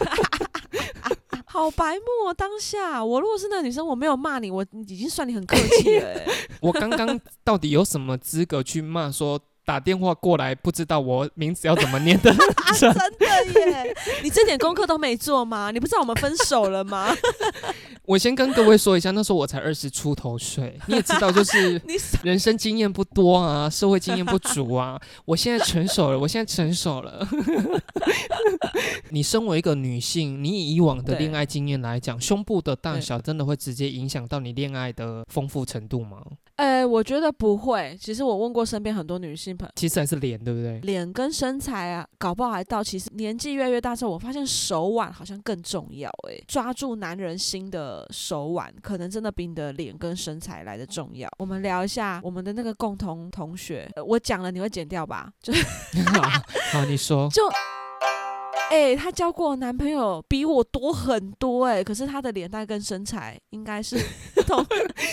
好白目哦！当下我如果是那个女生，我没有骂你，我已经算你很客气了。 我刚刚到底有什么资格去骂说打电话过来不知道我名字要怎么念的？ 真的耶！你这点功课都没做吗？你不知道我们分手了吗？ 我先跟各位说一下，那时候我才20出头岁，你也知道，就是人生经验不多啊，社会经验不足啊。我现在成熟了，你身为一个女性，你以以往的恋爱经验来讲，胸部的大小真的会直接影响到你恋爱的丰富程度吗？ 我觉得不会。其实我问过身边很多女性朋友， 其实还是脸，对不对？ 脸跟身材啊，搞不好还到。其实年纪越来越大之后，我发现手腕好像更重要。抓住男人心的手腕，可能真的比你的脸跟身材来的重要。我们聊一下我们的那个共同同学，我讲了你会剪掉吧？就是好，你说。 就她交过的男朋友比我多很多可是她的脸蛋跟身材应该是同。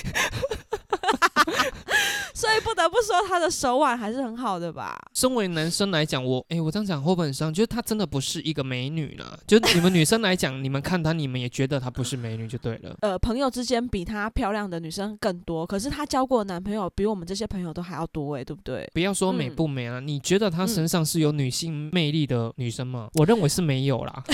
所以不得不说，他的手腕还是很好的吧。 身为男生来讲，我这样讲会不会很伤？就是她真的不是一个美女啦。就你们女生来讲，你们看她，你们也觉得她不是美女就对了。 朋友之间比她漂亮的女生更多，可是她交过的男朋友比我们这些朋友都还要多对不对？ 不要说美不美啊，你觉得她身上是有女性魅力的女生吗？我认为是没有啦。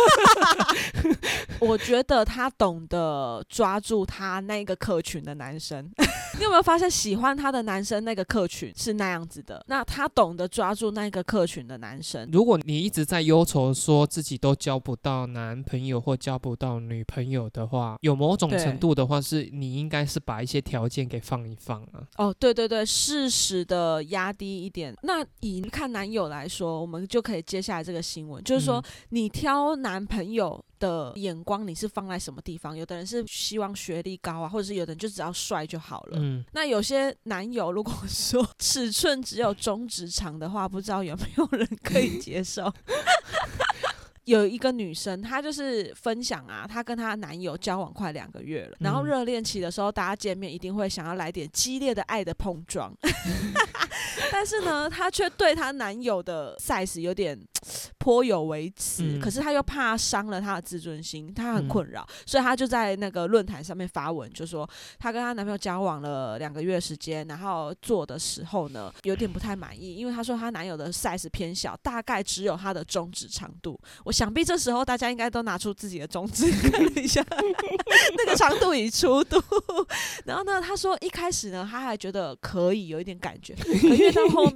我觉得她懂得抓住她那个客群的男生。你有没有发现喜欢她的男生那个客群是那样子的？那她懂得抓住那个客群的男生。 如果你一直在忧愁说自己都交不到男朋友或交不到女朋友的话，有某种程度的话是你应该是把一些条件给放一放啊。 对对对，适时的压低一点。那以看男友来说，我们就可以接下来这个新闻，就是说你挑男朋友的眼光你是放在什么地方？有的人是希望学历高啊，或者是有的人就只要帅就好了。那有些男友如果说尺寸只有中指长的话，不知道有没有人可以接受？有一个女生，她就是分享她跟她男友交往快2个月了，然后热恋期的时候，大家见面一定会想要来点激烈的爱的碰撞，但是呢，她却对她男友的 size 有点颇有微词，可是她又怕伤了她的自尊心，她很困扰，所以她就在那个论坛上面发文，就说她跟她男朋友交往了2个月时间，然后做的时候呢，有点不太满意，因为她说她男友的 size 偏小，大概只有她的中指长度。我想必这时候大家应该都拿出自己的中指看一下那个长度与粗度。然后呢，他说一开始呢他还觉得可以有一点感觉，可越到后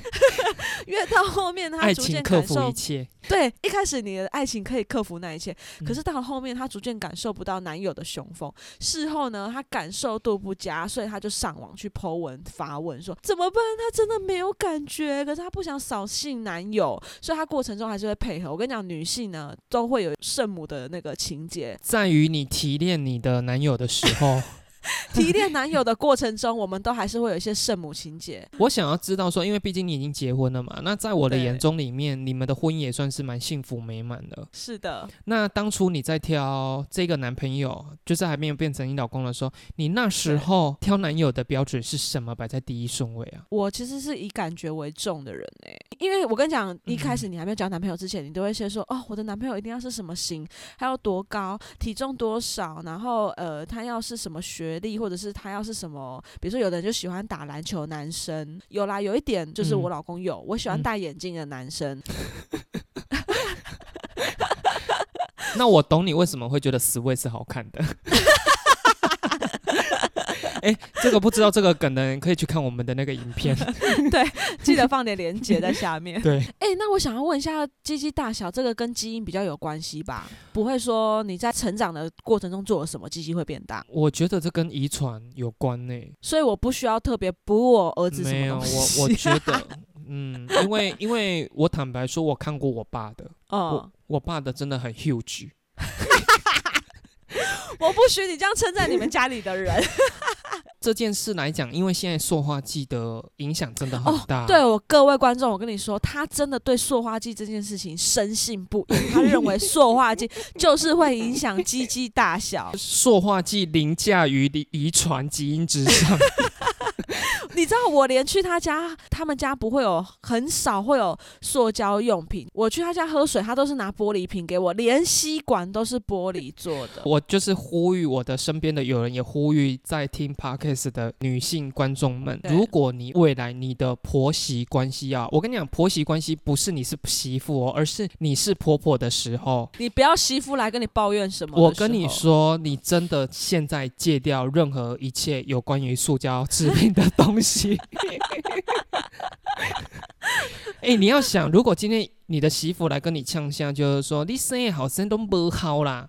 面他逐渐感受，爱情克服一切。 对，一开始你的爱情可以克服那一切，可是到了后面他逐渐感受不到男友的雄风，事后呢他感受度不佳，所以他就上网去 po 文发问说怎么办，他真的没有感觉，可是他不想扫兴男友，所以他过程中还是会配合。我跟你讲，女性呢都会有圣母的那个情节， 在于你提炼你的男友的时候提炼男友的过程中，我们都还是会有一些圣母情节。 我想要知道说，因为毕竟你已经结婚了嘛，那在我的眼中里面，你们的婚姻也算是蛮幸福美满的。 是的。 那当初你在挑这个男朋友，就是还没有变成你老公的时候，你那时候挑男友的标准是什么摆在第一顺位啊？ 我其实是以感觉为重的人因为我跟你讲，一开始你还没有交男朋友之前，你都会先说我的男朋友一定要是什么型，他要多高，体重多少，然后他要是什么学历，或者是他要是什么，比如说有的人就喜欢打篮球男生，有一点就是我老公我喜欢戴眼镜的男生。 那我懂你为什么会觉得Sway是好看的。这个不知道这个梗的人可以去看我们的那个影片。 对，记得放点连结在下面。 对， 那我想要问一下，鸡鸡大小这个跟基因比较有关系吧？不会说你在成长的过程中做了什么，鸡鸡会变大？ 我觉得这跟遗传有关所以我不需要特别补我儿子什么东西。 没有，我觉得因为我坦白说，我看过我爸的，我爸的真的很 huge。 我不许你这样称赞你们家里的人。 这件事来讲，因为现在塑化剂的影响真的很大。 对，各位观众，我跟你说，他真的对塑化剂这件事情深信不疑，他认为塑化剂就是会影响鸡鸡大小。 塑化剂凌驾于遗传基因之上。 你知道我连去他们家不会有，很少会有塑胶用品。我去他家喝水，他都是拿玻璃瓶给我，连吸管都是玻璃做的。 我就是呼吁我的身边的友人，也呼吁在听 Podcast 的女性观众们，如果你未来你的婆媳关系啊，我跟你讲，婆媳关系不是你是媳妇哦，而是你是婆婆的时候， 你不要媳妇来跟你抱怨什么。 我跟你说，你真的现在戒掉任何一切有关于塑胶制品的东西。你要想，如果今天你的媳妇来跟你呛下，就是说你生的好生都不好啦，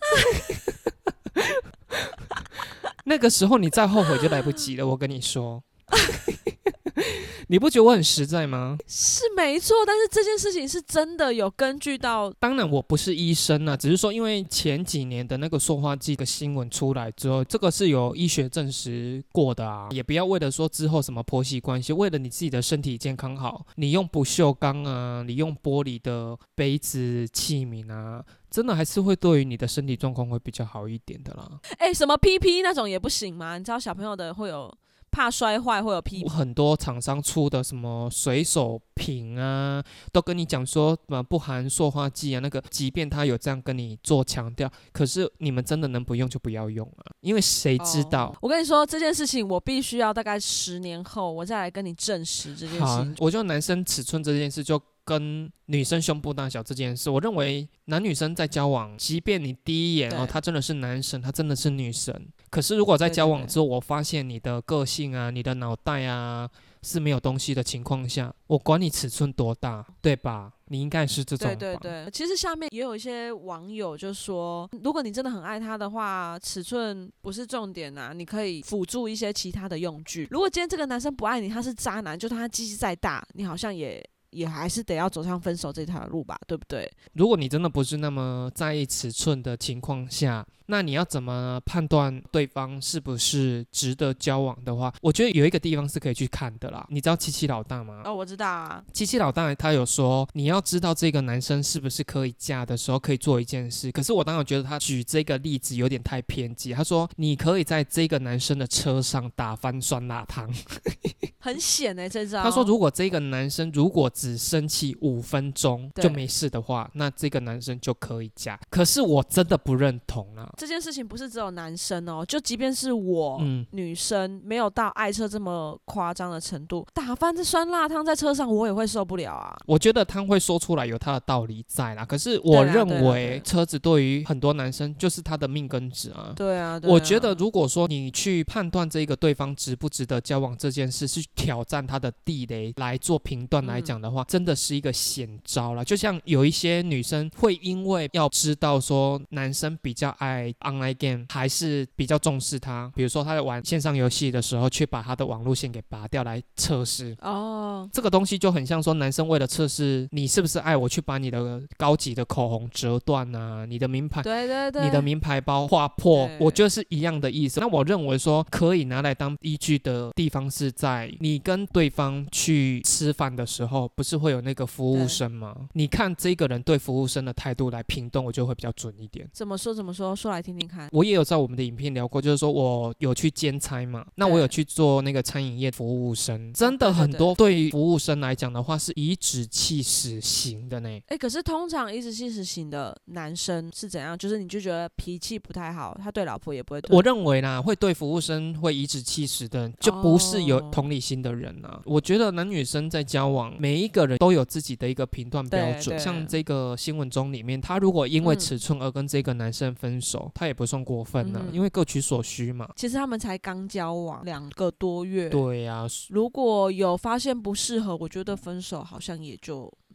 那个时候你再后悔就来不及了。我跟你说。你不觉得我很实在吗？ 是没错，但是这件事情是真的有根据到。 当然我不是医生啊，只是说因为前几年的那个塑化剂的新闻出来之后，这个是有医学证实过的啊。也不要为了说之后什么婆媳关系，为了你自己的身体健康好，你用不锈钢啊，你用玻璃的杯子器皿啊，真的还是会对于你的身体状况会比较好一点的啦。 什么 PP 那种也不行吗？你知道小朋友的会有怕摔坏，会有PP。 很多厂商出的什么随手瓶啊，都跟你讲说不含塑化剂啊，那个即便他有这样跟你做强调，可是你们真的能不用就不要用啊，因为谁知道。 我跟你说这件事情，我必须要大概10年后我再来跟你证实这件事情。 好，我觉得男生尺寸这件事就跟女生胸部大小这件事，我认为男女生在交往，即便你第一眼他真的是男神，他真的是女神，可是如果在交往之后，我发现你的个性啊，你的脑袋啊是没有东西的情况下，我管你尺寸多大，对吧？你应该是这种吧。 对，其实下面也有一些网友就说，如果你真的很爱他的话，尺寸不是重点啊，你可以辅助一些其他的用具。如果今天这个男生不爱你，他是渣男，就他鸡鸡再大，你好像也还是得要走上分手这条路吧，对不对？ 如果你真的不是那么在意尺寸的情况下，那你要怎么判断对方是不是值得交往的话，我觉得有一个地方是可以去看的啦。你知道七七老大吗？ 我知道啊。 七七老大他有说，你要知道这个男生是不是可以嫁的时候，可以做一件事。可是我当然觉得他举这个例子有点太偏激。他说，你可以在这个男生的车上打翻酸辣汤。 很险这招。 他说，如果这个男生如果只生气5分钟就没事的话，那这个男生就可以嫁。可是我真的不认同啊。 这件事情不是只有男生哦，就即便是我，女生没有到爱车这么夸张的程度，打翻这酸辣汤在车上，我也会受不了啊。 我觉得他会说出来有他的道理在啦，可是我认为车子对于很多男生就是他的命根子啊。 对啊。 我觉得如果说你去判断这个对方值不值得交往这件事，是挑战他的地雷来做评断来讲的话，真的是一个险招啦。就像有一些女生会因为要知道说男生比较爱online game 还是比较重视他，比如说他在玩线上游戏的时候，去把他的网路线给拔掉来测试。这个东西就很像说男生为了测试你是不是爱我，去把你的高级的口红折断啊，你的名牌，你的名牌包划破，我觉得是一样的意思。那我认为说可以拿来当依据的地方是在你跟对方去吃饭的时候，不是会有那个服务生吗？你看这个人对服务生的态度来评断，我觉得会比较准一点。 怎么说？说来听听看。 我也有在我们的影片聊过，就是说我有去兼差嘛，那我有去做那个餐饮业服务生，真的很多对于服务生来讲的话是颐指气使型的呢。 可是通常颐指气使型的男生是怎样？就是你就觉得脾气不太好，他对老婆也不会对。 我认为啦，会对服务生会颐指气使的人，就不是有同理心的人啊。我觉得男女生在交往，每一个人都有自己的一个评断标准。像这个新闻中里面，他如果因为尺寸而跟这个男生分手，他也不算过分啊，因为各取所需嘛。 其实他们才刚交往2个多月。 对啊， 如果有发现不适合，我觉得分手好像也就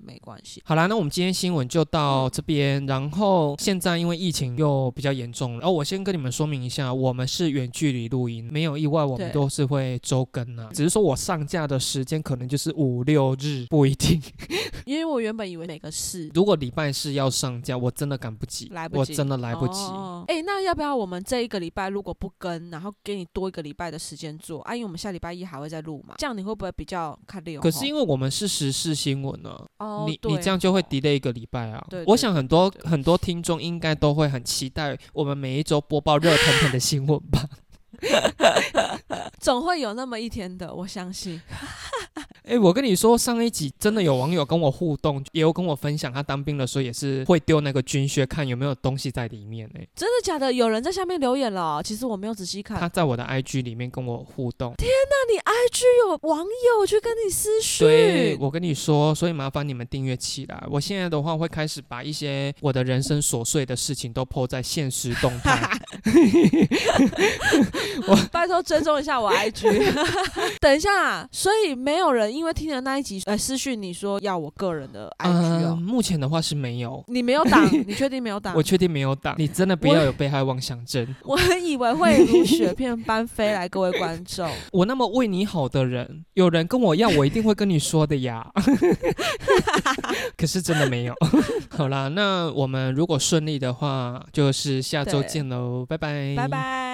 没关系。 好啦，那我们今天新闻就到这边，然后现在因为疫情又比较严重了，我先跟你们说明一下，我们是远距离录音，没有意外我们都是会周更啊，只是说我上架的时间可能就是5、6日，不一定。 因为我原本以为每个是， 如果礼拜四要上架，我真的赶不及， 来不及， 我真的来不及。 那要不要我们这一个礼拜如果不更，然后给你多一个礼拜的时间做啊？因为我们下礼拜一还会再录嘛，这样你会不会比较看溜？ 可是因为我们是时事新闻呢，你这样就会 delay 一个礼拜啊。 对， 我想很多听众应该都会很期待我们每一周播报热腾腾的新闻吧。 总会有那么一天的，我相信。 我跟你说，上一集真的有网友跟我互动，也有跟我分享他当兵的时候也是会丢那个军靴看有没有东西在里面。 真的假的？有人在下面留言了，其实我没有仔细看。 他在我的 IG 里面跟我互动。 天哪，你 IG 有网友去跟你私讯？ 对，我跟你说，所以麻烦你们订阅起来。我现在的话会开始把一些我的人生琐碎的事情都 po 在限时动态。 拜托追踪一下我 IG。等一下，所以没有人因为听了那一集私讯你说要我个人的 IG 哦？ 目前的话是没有。 你没有挡？你确定没有挡？ 我确定没有挡。你真的不要有被害妄想症。 我很以为会如雪片般飞来，各位观众。 我那么为你好的人，有人跟我要，我一定会跟你说的呀。可是真的没有。好啦，那我们如果顺利的话，就是下周见喽，拜拜， 拜拜。